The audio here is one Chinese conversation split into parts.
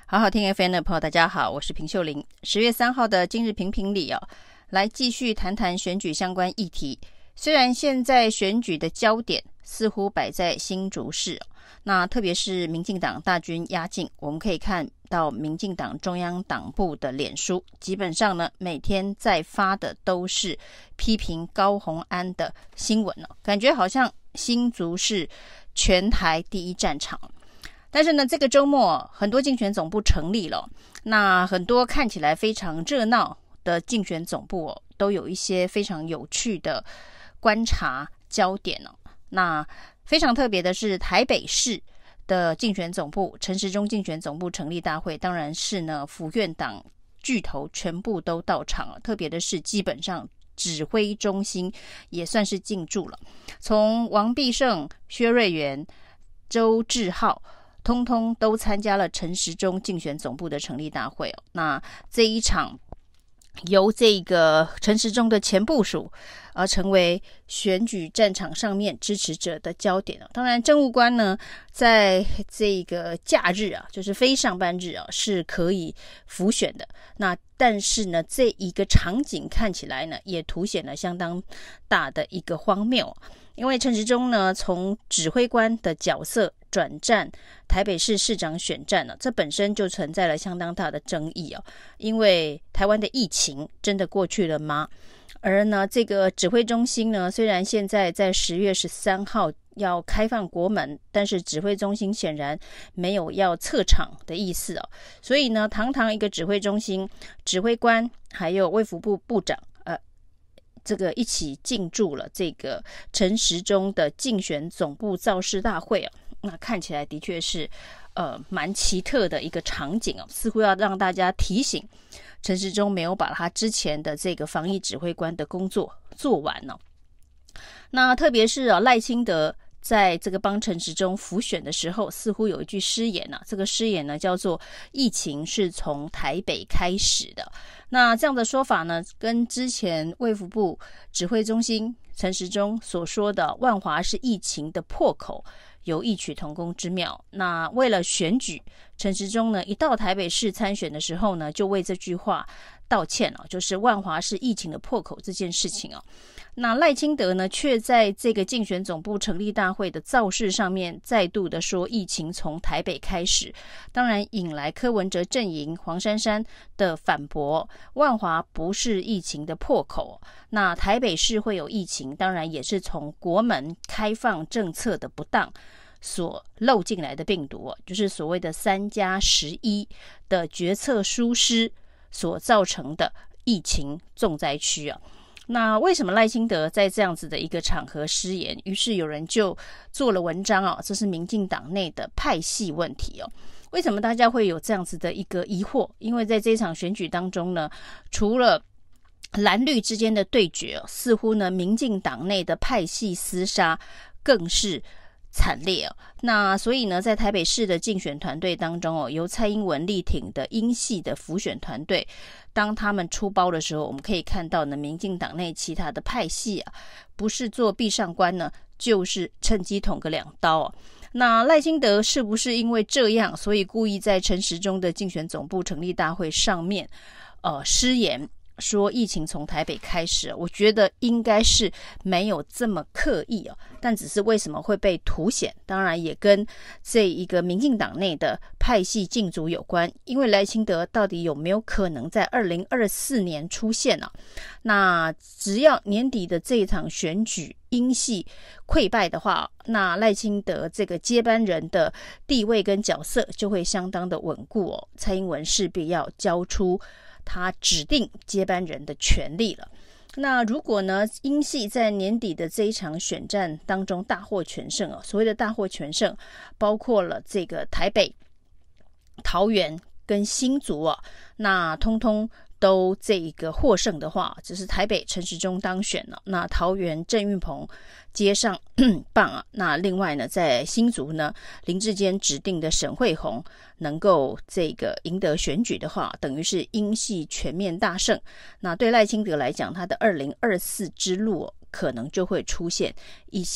好好听 FM 的朋友大家好，我是平秀玲。10月3号的今日评评里来继续谈谈选举相关议题。虽然现在选举的焦点似乎摆在新竹市，那特别是民进党大军压境，我们可以看到民进党中央党部的脸书，基本上呢每天在发的都是批评高虹安的新闻感觉好像新竹是全台第一战场。但是呢，这个周末很多竞选总部成立了，那很多看起来非常热闹的竞选总部都有一些非常有趣的观察焦点那非常特别的是台北市的竞选总部陈时中竞选总部成立大会，当然是呢府院党巨头全部都到场特别的是基本上指挥中心也算是进驻了，从王必胜、薛瑞元、周志浩通通都参加了陈时中竞选总部的成立大会那这一场由这个陈时中的前部属而成为选举战场上面支持者的焦点当然政务官呢在这个假日就是非上班日是可以辅选的，那但是呢这一个场景看起来呢也凸显了相当大的一个荒谬，因为陈时中呢从指挥官的角色转战台北市市长选战这本身就存在了相当大的争议因为台湾的疫情真的过去了吗？而呢这个指挥中心呢虽然现在在10月13号要开放国门，但是指挥中心显然没有要撤场的意思所以呢堂堂一个指挥中心，指挥官还有卫福部部长这个一起进驻了这个陈时中的竞选总部造势大会那看起来的确是蛮奇特的一个场景似乎要让大家提醒陈时中没有把他之前的这个防疫指挥官的工作做完那特别是赖清德在这个帮陈时中辅选的时候，似乎有一句诗言这个诗言呢叫做疫情是从台北开始的。那这样的说法呢跟之前卫福部指挥中心陈时中所说的万华是疫情的破口有异曲同工之妙。那为了选举，陈时中呢一到台北市参选的时候呢就为这句话道歉就是万华是疫情的破口这件事情那赖清德呢却在这个竞选总部成立大会的造势上面再度的说疫情从台北开始，当然引来柯文哲阵营黄珊珊的反驳，万华不是疫情的破口，那台北市会有疫情当然也是从国门开放政策的不当所漏进来的病毒就是所谓的3+11的决策疏失所造成的疫情重灾区那为什么赖清德在这样子的一个场合失言？于是有人就做了文章这是民进党内的派系问题为什么大家会有这样子的一个疑惑？因为在这场选举当中呢，除了蓝绿之间的对决似乎呢民进党内的派系厮杀更是惨烈那所以呢在台北市的竞选团队当中由蔡英文力挺的英系的辅选团队，当他们出包的时候，我们可以看到呢民进党内其他的派系不是做壁上观呢就是趁机捅个两刀那赖清德是不是因为这样所以故意在陈时中的竞选总部成立大会上面失言说疫情从台北开始？我觉得应该是没有这么刻意但只是为什么会被凸显，当然也跟这一个民进党内的派系竞逐有关，因为赖清德到底有没有可能在2024年出现那只要年底的这一场选举英系溃败的话，那赖清德这个接班人的地位跟角色就会相当的稳固蔡英文势必要交出他指定接班人的权利了。那如果呢英系在年底的这一场选战当中大获全胜所谓的大获全胜包括了这个台北、桃园跟新竹那通通都这一个获胜的话，只是台北陈时中当选了，那桃园郑运鹏接上棒那另外呢在新竹呢林智坚指定的沈慧虹能够这个赢得选举的话，等于是英系全面大胜。那对赖清德来讲，他的2024之路可能就会出现一些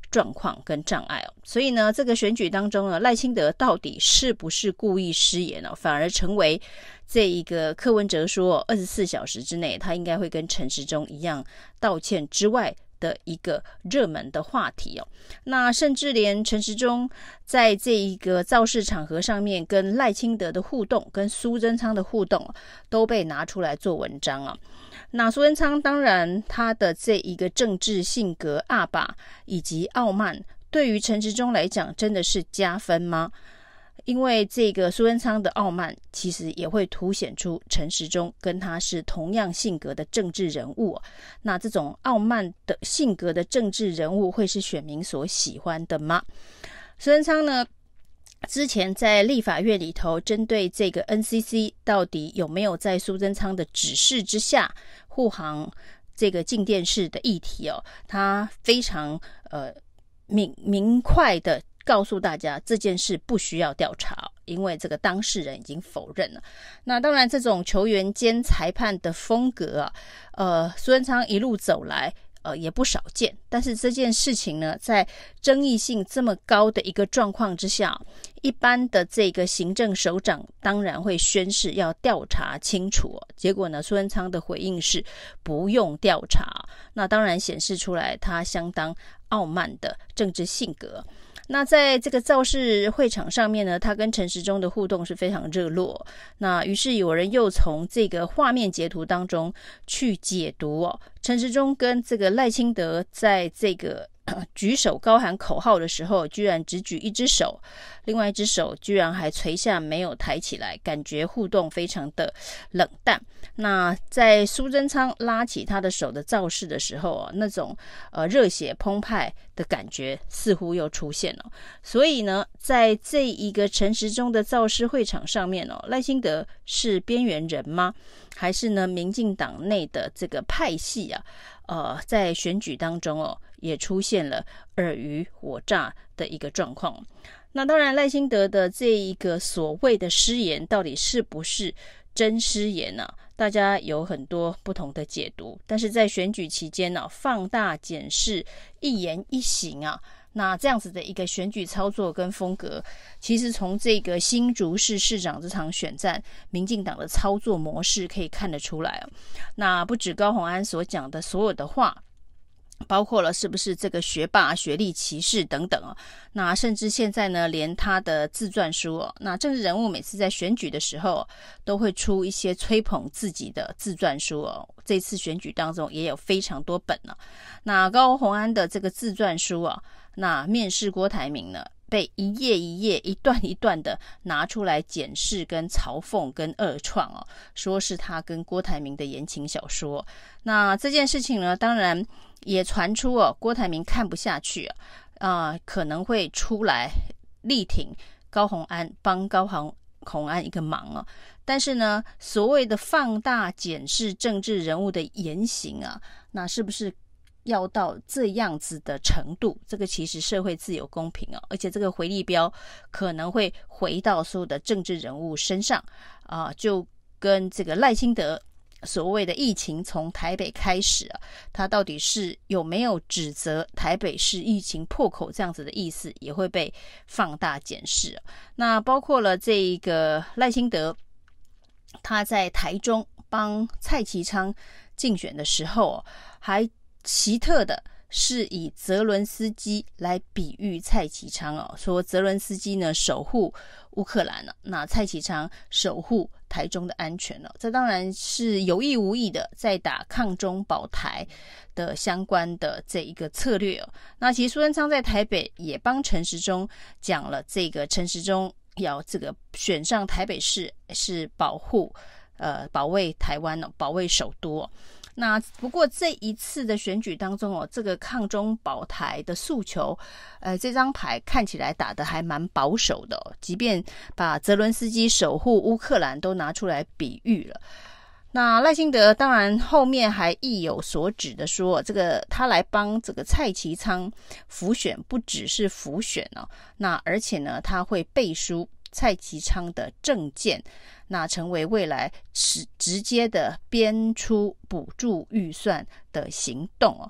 状况跟障碍哦。所以呢，这个选举当中呢，赖清德到底是不是故意失言呢？反而成为这一个柯文哲说24小时之内他应该会跟陈时中一样道歉之外的一个热门的话题哦。那甚至连陈时中在这一个造势场合上面跟赖清德的互动，跟苏贞昌的互动都被拿出来做文章啊。那苏贞昌当然他的这一个政治性格阿爸以及傲慢，对于陈时中来讲真的是加分吗？因为这个苏贞昌的傲慢其实也会凸显出陈时中跟他是同样性格的政治人物，那这种傲慢的性格的政治人物会是选民所喜欢的吗？苏贞昌呢之前在立法院里头针对这个 NCC 到底有没有在苏贞昌的指示之下护航这个进电视的议题他非常明快的告诉大家这件事不需要调查，因为这个当事人已经否认了。那当然这种球员兼裁判的风格苏贞昌一路走来也不少见，但是这件事情呢，在争议性这么高的一个状况之下，一般的这个行政首长当然会宣示要调查清楚结果呢，苏贞昌的回应是不用调查，那当然显示出来他相当傲慢的政治性格。那在这个造势会场上面呢，他跟陈时中的互动是非常热络，那于是有人又从这个画面截图当中去解读陈时中跟这个赖清德在这个举手高喊口号的时候，居然只举一只手，另外一只手居然还垂下没有抬起来，感觉互动非常的冷淡。那在苏贞昌拉起他的手的造势的时候那种热血澎湃的感觉似乎又出现了。所以呢，在这一个陈时中的造势会场上面赖清德是边缘人吗？还是呢民进党内的这个派系在选举当中也出现了尔虞我诈的一个状况。那当然赖清德的这一个所谓的失言到底是不是真失言大家有很多不同的解读，但是在选举期间放大检视一言一行那这样子的一个选举操作跟风格，其实从这个新竹市市长这场选战民进党的操作模式可以看得出来那不止高虹安所讲的所有的话，包括了是不是这个学霸学历歧视等等那甚至现在呢连他的自传书那政治人物每次在选举的时候都会出一些吹捧自己的自传书这次选举当中也有非常多本那高虹安的这个自传书那面试郭台铭呢被一页一页一段一段的拿出来检视跟嘲讽跟二创说是他跟郭台铭的言情小说。那这件事情呢当然也传出郭台铭看不下去可能会出来力挺高虹安，帮高虹安一个忙但是呢所谓的放大检视政治人物的言行那是不是要到这样子的程度？这个其实社会自有公平而且这个回力标可能会回到所有的政治人物身上就跟这个赖清德所谓的疫情从台北开始他到底是有没有指责台北市疫情破口这样子的意思，也会被放大检视那包括了这一个赖清德，他在台中帮蔡其昌竞选的时候还奇特的是以泽伦斯基来比喻蔡其昌说泽伦斯基呢守护乌克兰那蔡其昌守护台中的安全这当然是有意无意的在打抗中保台的相关的这一个策略那其实苏贞昌在台北也帮陈时中讲了，这个陈时中要这个选上台北市是保卫台湾保卫首都那不过这一次的选举当中这个抗中保台的诉求这张牌看起来打得还蛮保守的即便把泽伦斯基守护乌克兰都拿出来比喻了。那赖清德当然后面还意有所指的说，这个他来帮这个蔡其昌辅选不只是辅选那而且呢他会背书蔡其昌的政见，那成为未来直接的编出补助预算的行动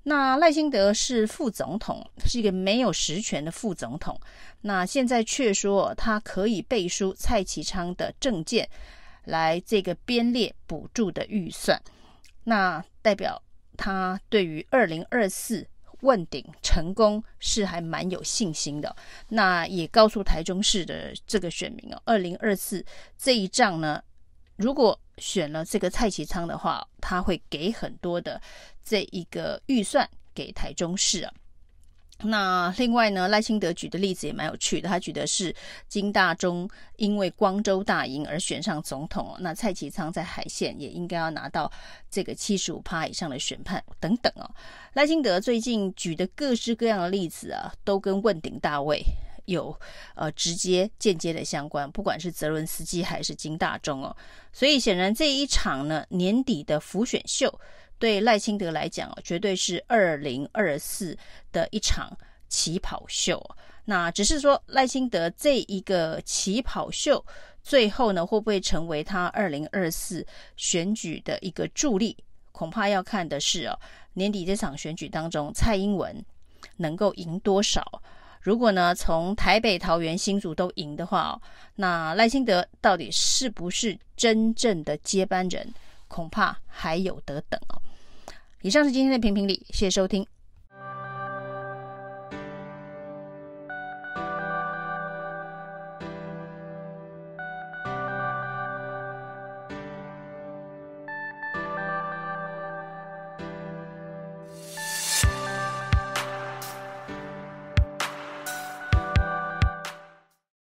那赖清德是副总统，是一个没有实权的副总统，那现在却说他可以背书蔡其昌的政见来这个编列补助的预算，那代表他对于2024问鼎成功是还蛮有信心的。那也告诉台中市的这个选民2024这一仗呢，如果选了这个蔡其昌的话，他会给很多的这一个预算给台中市啊。那另外呢，赖清德举的例子也蛮有趣的，他举的是金大中因为光州大赢而选上总统，那蔡其昌在海线也应该要拿到这个75%以上的选判等等哦。赖清德最近举的各式各样的例子啊，都跟问鼎大位有直接间接的相关，不管是泽伦斯基还是金大中哦。所以显然这一场呢，年底的辅选秀对赖清德来讲绝对是2024的一场起跑秀。那只是说赖清德这一个起跑秀最后呢，会不会成为他2024选举的一个助力，恐怕要看的是年底这场选举当中蔡英文能够赢多少。如果呢从台北、桃园、新竹都赢的话那赖清德到底是不是真正的接班人，恐怕还有得等以上是今天的评评理，谢谢收听。